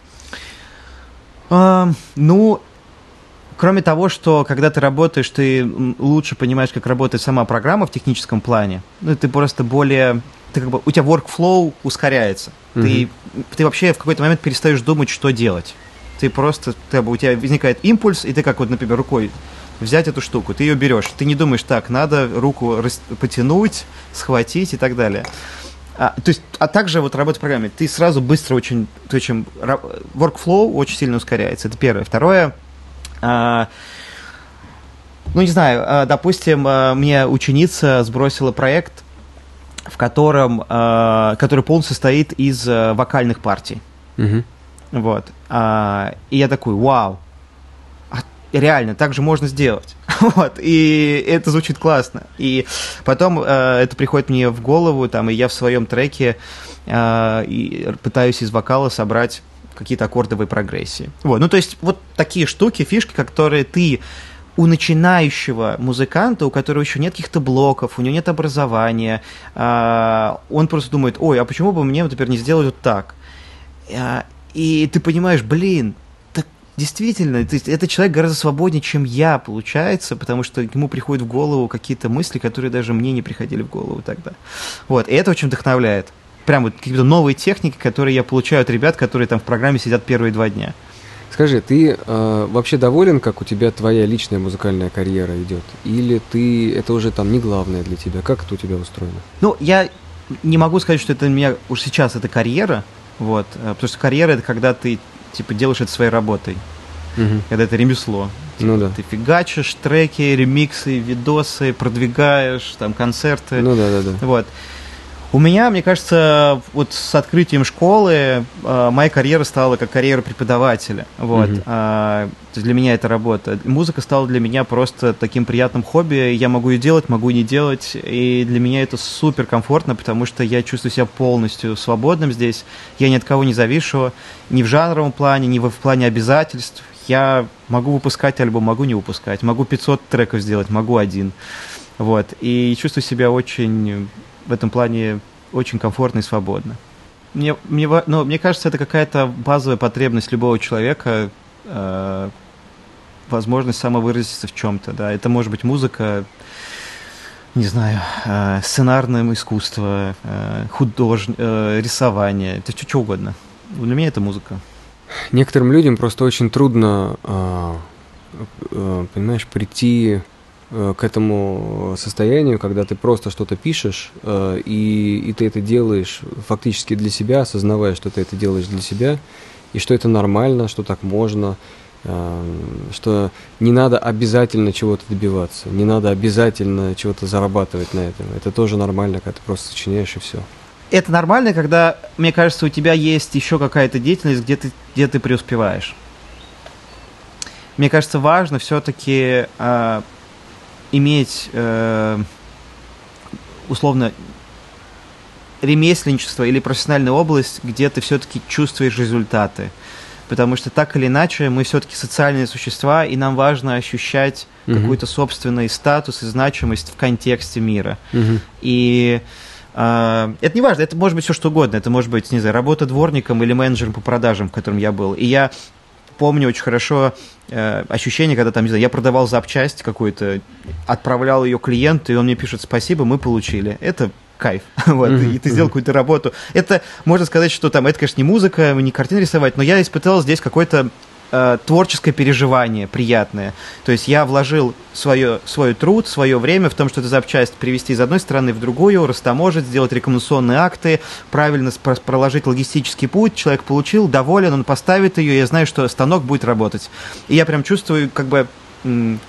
А, ну, кроме того, что когда ты работаешь, ты лучше понимаешь, как работает сама программа в техническом плане. Ну, ты просто более... Ты как бы, у тебя workflow ускоряется. Mm-hmm. Ты, ты вообще в какой-то момент перестаешь думать, что делать. Ты просто... Ты, у тебя возникает импульс, и ты как вот, например, рукой взять эту штуку, ты ее берешь, ты не думаешь, так, надо руку рас... потянуть, схватить и так далее. А, то есть, а также вот работа в программе, ты сразу быстро очень, очень workflow очень сильно ускоряется, это первое. Второе, а, ну не знаю, а, допустим, а, мне ученица сбросила проект, в котором, а, который полностью состоит из а, вокальных партий. Mm-hmm. Вот. А, и я такой, вау. Реально, так же можно сделать. Вот, и это звучит классно. И потом э, это приходит мне в голову, там, и я в своем треке э, и пытаюсь из вокала собрать какие-то аккордовые прогрессии. Вот, ну, то есть, вот такие штуки, фишки, которые ты у начинающего музыканта, у которого еще нет каких-то блоков, у него нет образования, э, он просто думает, ой, а почему бы мне, например, не сделать вот так? Э, и ты понимаешь, блин, действительно, то есть этот человек гораздо свободнее, чем я, получается, потому что ему приходят в голову какие-то мысли, которые даже мне не приходили в голову тогда. Вот, и это очень вдохновляет. Прям вот какие-то новые техники, которые я получаю от ребят, которые там в программе сидят первые два дня. Скажи, ты э, вообще доволен, как у тебя твоя личная музыкальная карьера идет? Или ты это уже там не главное для тебя? Как это у тебя устроено? Ну, я не могу сказать, что это у меня уже сейчас это карьера, вот, потому что карьера — это когда ты типа делаешь это своей работой, угу. Когда это ремесло. Типа, ну да. Ты фигачишь треки, ремиксы, видосы, продвигаешь, там, концерты. Ну да, да, да. Вот. У меня, мне кажется, вот с открытием школы э, моя карьера стала как карьера преподавателя. Вот. Угу. А, то есть для меня это работа. Музыка стала для меня просто таким приятным хобби. Я могу ее делать, могу не делать. И для меня это супер комфортно, потому что я чувствую себя полностью свободным здесь. Я ни от кого не завишу, ни в жанровом плане, ни в плане обязательств. Я могу выпускать альбом, могу не выпускать. Могу пятьсот треков сделать, могу один. Вот, и чувствую себя очень в этом плане очень комфортно и свободно. Мне, мне, ну, мне кажется, это какая-то базовая потребность любого человека, э, возможность самовыразиться в чем-то, да. Это может быть музыка, не знаю, э, сценарное искусство, э, худож... э, рисование, это что угодно. Для меня это музыка. Некоторым людям просто очень трудно, э, э, понимаешь, прийти э, к этому состоянию, когда ты просто что-то пишешь, э, и, и ты это делаешь фактически для себя, осознавая, что ты это делаешь для себя, и что это нормально, что так можно, э, что не надо обязательно чего-то добиваться, не надо обязательно чего-то зарабатывать на этом. Это тоже нормально, когда ты просто сочиняешь и все. Это нормально, когда, мне кажется, у тебя есть еще какая-то деятельность, где ты, где ты преуспеваешь. Мне кажется, важно все-таки э, иметь, э, условно, ремесленничество или профессиональную область, где ты все-таки чувствуешь результаты. Потому что так или иначе мы все-таки социальные существа, и нам важно ощущать mm-hmm. какой-то собственный статус и значимость в контексте мира. Mm-hmm. И Uh, это не важно, это может быть все что угодно. Это может быть, не знаю, работа дворником или менеджером по продажам, в котором я был. И я помню очень хорошо uh, ощущение, когда там, не знаю, я продавал запчасть какую-то, отправлял ее клиенту, и он мне пишет спасибо, мы получили. Это кайф. Вот, mm-hmm. и ты сделал какую-то работу. Это, можно сказать, что там, это, конечно, не музыка, не картины рисовать, но я испытал здесь какой-то творческое переживание приятное. То есть я вложил свое, свой труд, свое время в том, что эту запчасть привезти из одной страны в другую, растаможить, сделать рекомендационные акты, правильно проложить логистический путь. Человек получил, доволен, он поставит ее, я знаю, что станок будет работать. И я прям чувствую как бы м-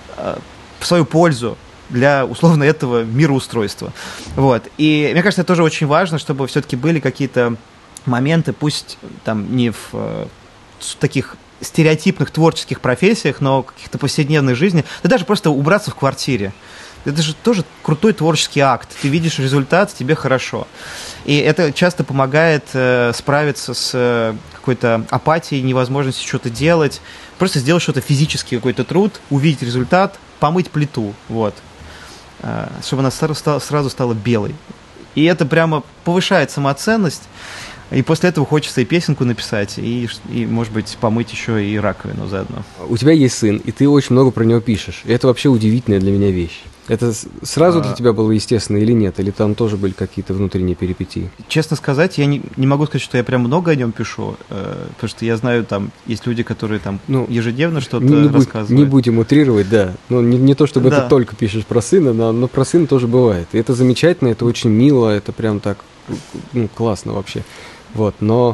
в свою пользу для, условно, этого мироустройства. Вот. И мне кажется, это тоже очень важно, чтобы все-таки были какие-то моменты, пусть там не в, в таких стереотипных творческих профессиях, но каких-то повседневной жизни, да даже просто убраться в квартире. Это же тоже крутой творческий акт. Ты видишь результат, тебе хорошо. И это часто помогает э, справиться с э, какой-то апатией, невозможностью что-то делать. Просто сделать что-то физический какой-то труд, увидеть результат, помыть плиту, вот. Э, чтобы она сразу, сразу стала белой. И это прямо повышает самооценность. И после этого хочется и песенку написать, и, и, может быть, помыть еще и раковину заодно. У тебя есть сын, и ты очень много про него пишешь. И это вообще удивительная для меня вещь. Это сразу а... для тебя было естественно или нет? Или там тоже были какие-то внутренние перипетии? Честно сказать, я не, не могу сказать, что я прям много о нем пишу, э, потому что я знаю, там есть люди, которые там ну, ежедневно что-то не рассказывают. Будь, не будем утрировать, да. Ну, не, не то, чтобы да. это только пишешь про сына, но, но про сына тоже бывает. И это замечательно, это очень мило, это прям так ну, классно вообще. Вот, но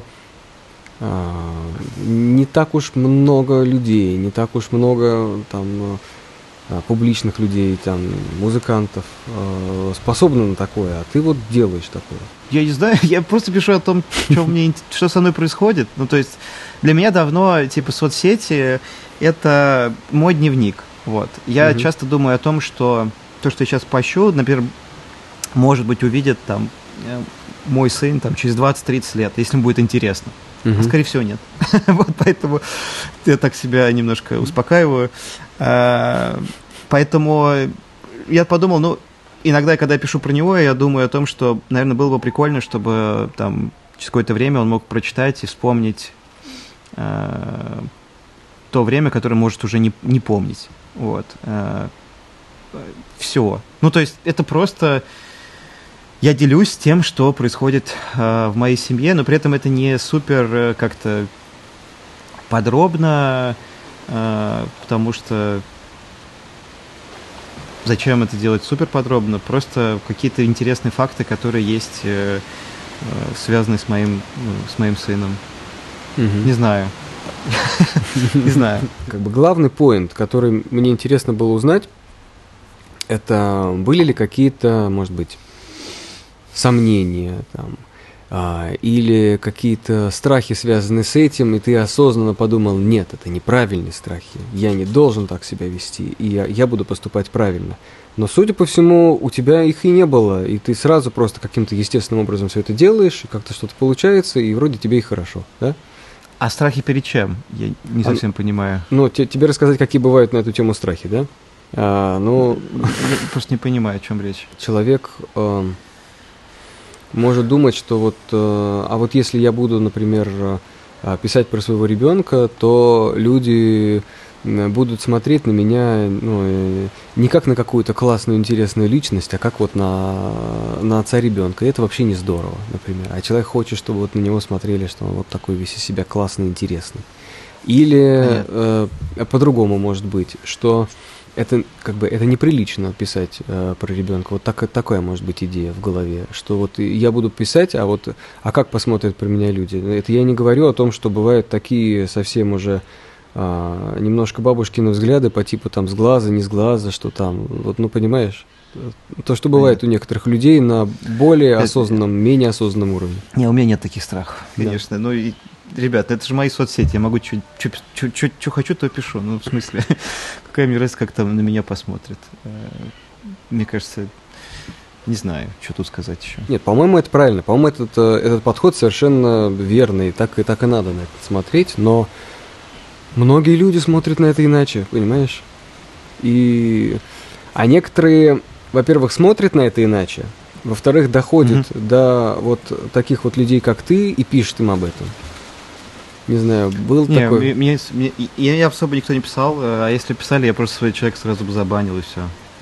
а, не так уж много людей, не так уж много там а, публичных людей, там, музыкантов а, способны на такое, а ты вот делаешь такое. Я не знаю, я просто пишу о том, что, мне, что со мной происходит. Ну, то есть для меня давно, типа, соцсети – это мой дневник. Вот. Я угу. часто думаю о том, что то, что я сейчас пощу, например, может быть, увидит там мой сын там, через двадцать-тридцать лет, если ему будет интересно. Uh-huh. А, скорее всего, нет. Вот поэтому я так себя немножко успокаиваю. А, поэтому я подумал, ну, иногда, когда я пишу про него, я думаю о том, что, наверное, было бы прикольно, чтобы там через какое-то время он мог прочитать и вспомнить а, то время, которое может уже не, не помнить. Вот. А, все. Ну, то есть это просто... Я делюсь тем, что происходит э, в моей семье, но при этом это не супер э, как-то подробно, э, потому что зачем это делать супер подробно? Просто какие-то интересные факты, которые есть, э, э, связанные с моим, ну, с моим сыном. Не знаю. Не знаю. Как бы главный поинт, который мне интересно было узнать, это были ли какие-то, может быть, сомнения там, а, или какие-то страхи, связанные с этим, и ты осознанно подумал, нет, это неправильные страхи, я не должен так себя вести, и я, я буду поступать правильно. Но, судя по всему, у тебя их и не было, и ты сразу просто каким-то естественным образом все это делаешь, и как-то что-то получается, и вроде тебе и хорошо, да? А страхи перед чем? Я не совсем а, понимаю. Ну, те, тебе рассказать, какие бывают на эту тему страхи, да? А, ну, я просто не понимаю, о чем речь. Человек э, может думать, что вот, э, а вот если я буду, например, э, писать про своего ребенка, то люди будут смотреть на меня, ну, не как на какую-то классную, интересную личность, а как вот на, на отца ребенка. И это вообще не здорово, например. А человек хочет, чтобы вот на него смотрели, что он вот такой весь из себя классный, интересный. Или э, по-другому может быть, что это как бы это неприлично писать э, про ребенка. Вот так, такая может быть идея в голове, что вот я буду писать, а вот а как посмотрят про меня люди? Это я не говорю о том, что бывают такие совсем уже э, немножко бабушкины взгляды по типу там с глаза, не с глаза, что там, вот, ну понимаешь, то, что бывает у некоторых людей на более осознанном, менее осознанном уровне. Не, у меня нет таких страхов, конечно. Да. Ну и ребята, это же мои соцсети, я могу что хочу, то пишу. Ну, в смысле, какая мне разница, как там на меня посмотрят. Мне кажется, не знаю, что тут сказать еще. Нет, по-моему, это правильно. По-моему, этот, этот подход совершенно верный. Так и так и надо на это смотреть. Но многие люди смотрят на это иначе, понимаешь? И... А некоторые, во-первых, смотрят на это иначе. Во-вторых, доходят mm-hmm. до вот таких вот людей, как ты, и пишут им об этом. Не знаю, был не, такой... Мне, мне, я особо никто не писал, а если писали, я просто свой человек сразу бы забанил, и все.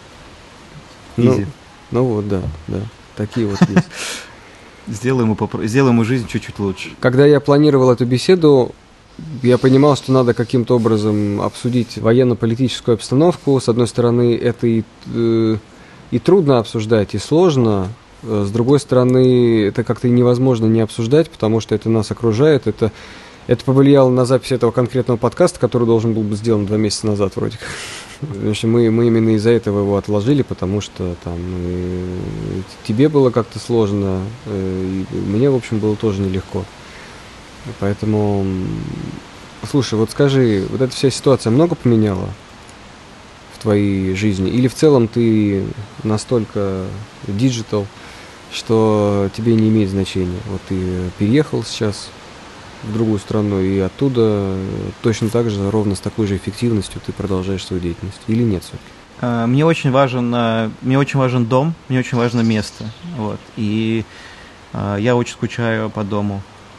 Ну, ну вот, да, да, такие вот есть. Сделаем ему, попро... Сделаем ему жизнь чуть-чуть лучше. Когда я планировал эту беседу, я понимал, что надо каким-то образом обсудить военно-политическую обстановку. С одной стороны, это и, и трудно обсуждать, и сложно. С другой стороны, это как-то невозможно не обсуждать, потому что это нас окружает, это... Это повлияло на запись этого конкретного подкаста, который должен был быть сделан два месяца назад вроде как. Потому что мы, мы именно из-за этого его отложили, потому что там и тебе было как-то сложно, и мне, в общем, было тоже нелегко. Поэтому, слушай, вот скажи, вот эта вся ситуация много поменяла в твоей жизни? Или в целом ты настолько диджитал, что тебе не имеет значения? Вот ты переехал сейчас в другую страну, и оттуда точно так же, ровно с такой же эффективностью ты продолжаешь свою деятельность, или нет все-таки? Мне очень важен, мне очень важен дом, мне очень важно место, вот, и я очень скучаю по дому,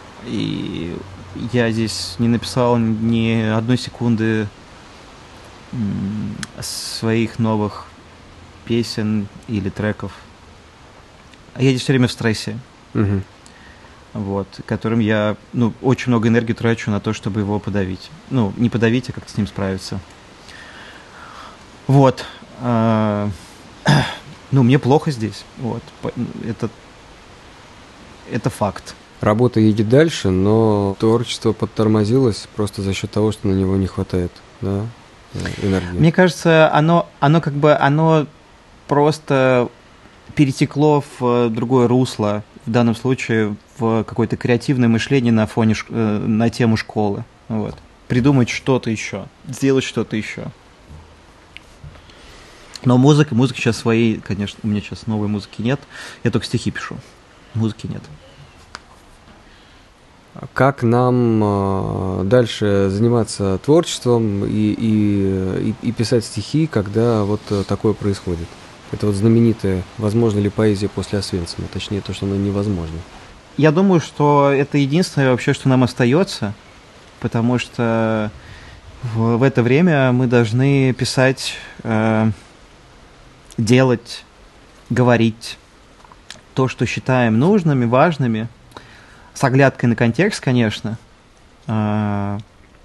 и я здесь не написал ни одной секунды своих новых песен или треков, я здесь все время в стрессе. Угу. Вот, которым я, ну, очень много энергии трачу на то, чтобы его подавить. Ну, не подавить, а как-то с ним справиться. Вот. А, ну, мне плохо здесь. Вот. Это, это факт. Работа едет дальше, но творчество подтормозилось просто за счет того, что на него не хватает, да, энергии. Мне кажется, оно, оно как бы, оно просто перетекло в другое русло, в данном случае в какое-то креативное мышление на фоне, на тему школы. Вот. Придумать что-то еще, сделать что-то еще. Но музыка, музыки сейчас своей, конечно, у меня сейчас новой музыки нет, я только стихи пишу, музыки нет. Как нам э, дальше заниматься творчеством и, и, и, и писать стихи, когда вот такое происходит? Это вот знаменитая «Возможно ли поэзия после Освенцима?» Точнее, то, что она невозможна. Я думаю, что это единственное вообще, что нам остается, потому что в, в это время мы должны писать, э, делать, говорить то, что считаем нужными, важными, с оглядкой на контекст, конечно, э,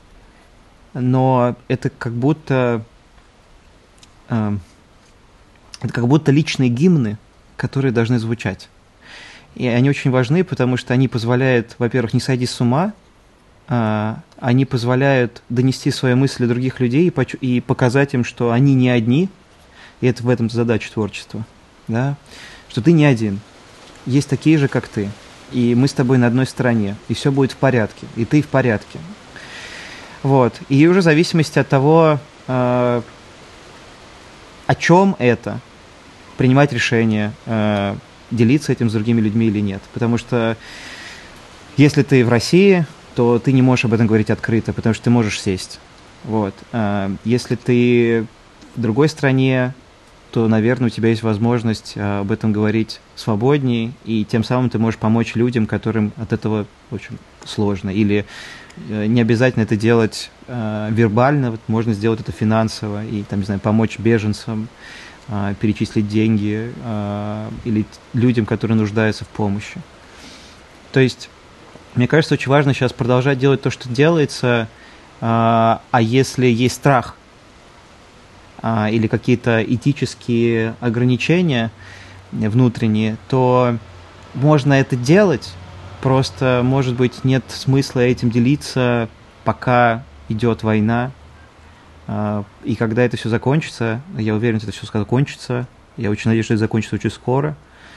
но это как будто... Э, Это как будто личные гимны, которые должны звучать. И они очень важны, потому что они позволяют, во-первых, не сойти с ума, а, они позволяют донести свои мысли до других людей и, поч- и показать им, что они не одни, и это в этом задача творчества, да? Что ты не один, есть такие же, как ты, и мы с тобой на одной стороне, и все будет в порядке, и ты в порядке. Вот. И уже в зависимости от того, а, о чем это, принимать решение, э, делиться этим с другими людьми или нет. Потому что если ты в России, то ты не можешь об этом говорить открыто, потому что ты можешь сесть. Вот. Э, если ты в другой стране, то, наверное, у тебя есть возможность об этом говорить свободнее, и тем самым ты можешь помочь людям, которым от этого очень сложно. Или не обязательно это делать э, вербально, вот можно сделать это финансово, и, там, не знаю, помочь беженцам, э, перечислить деньги, э, или людям, которые нуждаются в помощи. То есть, мне кажется, очень важно сейчас продолжать делать то, что делается, э, а если есть страх, или какие-то этические ограничения внутренние, то можно это делать, просто, может быть, нет смысла этим делиться, пока идет война. И когда это все закончится, я уверен, что это все закончится, я очень надеюсь, что это закончится очень скоро,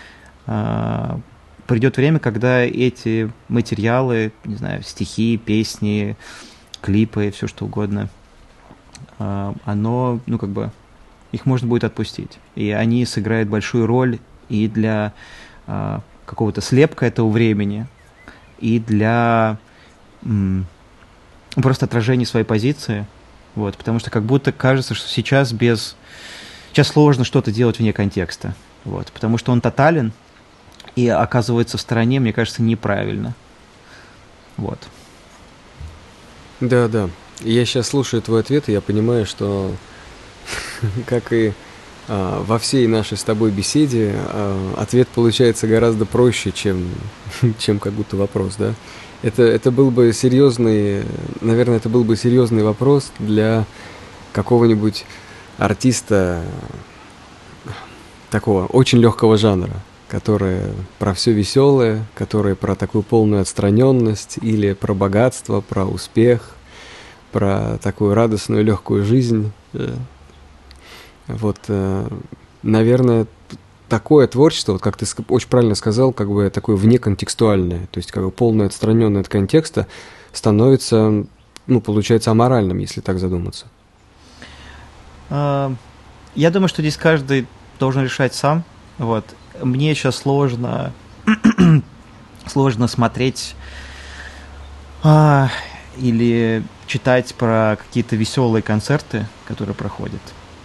придет время, когда эти материалы, не знаю, стихи, песни, клипы, все что угодно, оно, ну, как бы, их можно будет отпустить. И они сыграют большую роль и для а, какого-то слепка этого времени, и для м, просто отражения своей позиции. Вот, потому что как будто кажется, что сейчас без... Сейчас сложно что-то делать вне контекста. Вот, потому что он тотален и оказывается в стороне, мне кажется, неправильно. Вот. Да, да. Я сейчас слушаю твой ответ, и я понимаю, что, как и а, во всей нашей с тобой беседе, а, ответ получается гораздо проще, чем, чем как будто вопрос, да? Это, это был бы серьезный, наверное, это был бы серьезный вопрос для какого-нибудь артиста такого очень легкого жанра, который про все веселое, который про такую полную отстраненность, или про богатство, про успех, про такую радостную, легкую жизнь. Вот, наверное, такое творчество, вот как ты очень правильно сказал, как бы такое внеконтекстуальное, то есть как бы полное отстраненное от контекста, становится, ну, получается, аморальным, если так задуматься. Я думаю, что здесь каждый должен решать сам. Вот. Мне сейчас сложно, сложно смотреть а, или читать про какие-то веселые концерты, которые проходят,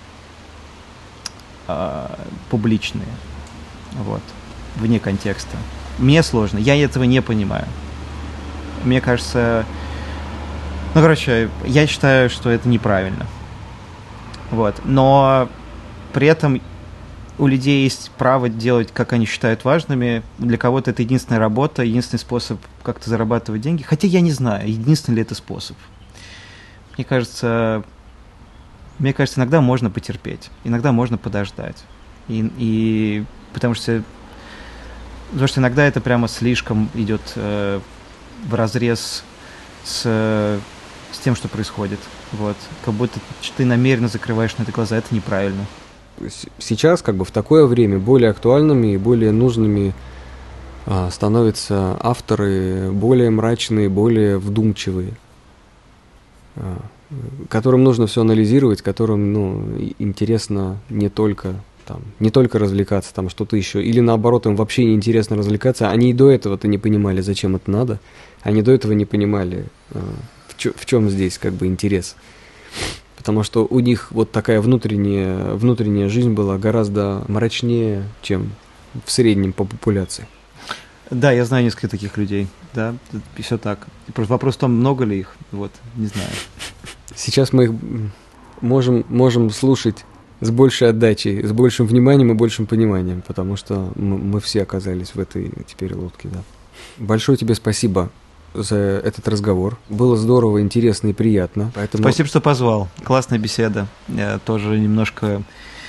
а, публичные, вот, вне контекста. Мне сложно, я этого не понимаю. Мне кажется, ну, короче, я считаю, что это неправильно. Вот, но при этом у людей есть право делать, как они считают важными. Для кого-то это единственная работа, единственный способ как-то зарабатывать деньги. Хотя я не знаю, единственный ли это способ. Мне кажется, мне кажется, иногда можно потерпеть, иногда можно подождать. И, и потому что, потому что иногда это прямо слишком идет э, вразрез с, с тем, что происходит. Вот. Как будто ты намеренно закрываешь на это глаза. Это неправильно. Сейчас, как бы в такое время, более актуальными и более нужными а, становятся авторы более мрачные, более вдумчивые, а, которым нужно все анализировать, которым, ну, интересно не только, там, не только развлекаться, там что-то еще, или наоборот, им вообще не интересно развлекаться. Они и до этого-то не понимали, зачем это надо, они до этого не понимали, а, в, чё, в чем здесь как бы интерес. Потому что у них вот такая внутренняя, внутренняя жизнь была гораздо мрачнее, чем в среднем по популяции. Да, я знаю несколько таких людей, да, все так. Просто вопрос в том, много ли их, вот, не знаю. Сейчас мы их можем, можем слушать с большей отдачей, с большим вниманием и большим пониманием, потому что мы, мы все оказались в этой теперь лодке, да. Большое тебе спасибо за этот разговор. Было здорово, интересно и приятно. Поэтому... Спасибо, что позвал. Классная беседа. Я тоже немножко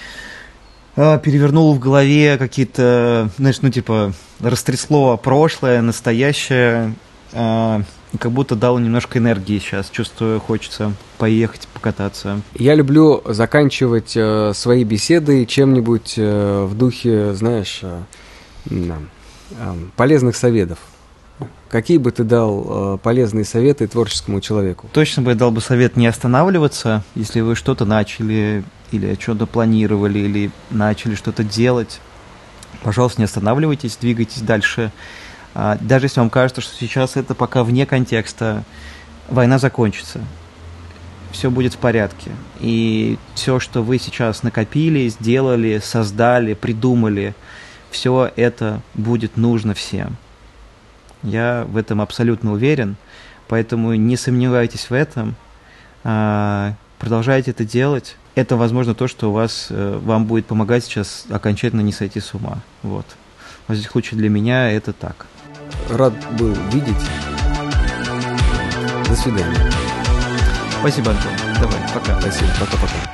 э, перевернул в голове какие-то, знаешь, ну типа растрясло прошлое, настоящее. Э, как будто дало немножко энергии сейчас. Чувствую, хочется поехать, покататься. Я люблю заканчивать э, свои беседы чем-нибудь э, в духе, знаешь, э, э, э, полезных советов. Какие бы ты дал э, полезные советы творческому человеку? Точно бы я дал бы совет не останавливаться, если вы что-то начали, или что-то планировали, или начали что-то делать. Пожалуйста, не останавливайтесь, двигайтесь дальше. А, даже если вам кажется, что сейчас это пока вне контекста, война закончится. все будет в порядке. И все, что вы сейчас накопили, сделали, создали, придумали, все это будет нужно всем. Я в этом абсолютно уверен, поэтому не сомневайтесь в этом, продолжайте это делать. Это, возможно, то, что у вас, вам будет помогать сейчас окончательно не сойти с ума. Вот. Во всяком случае, для меня это так. Рад был видеть. До свидания. Спасибо, Антон. Давай, пока. Спасибо, пока-пока.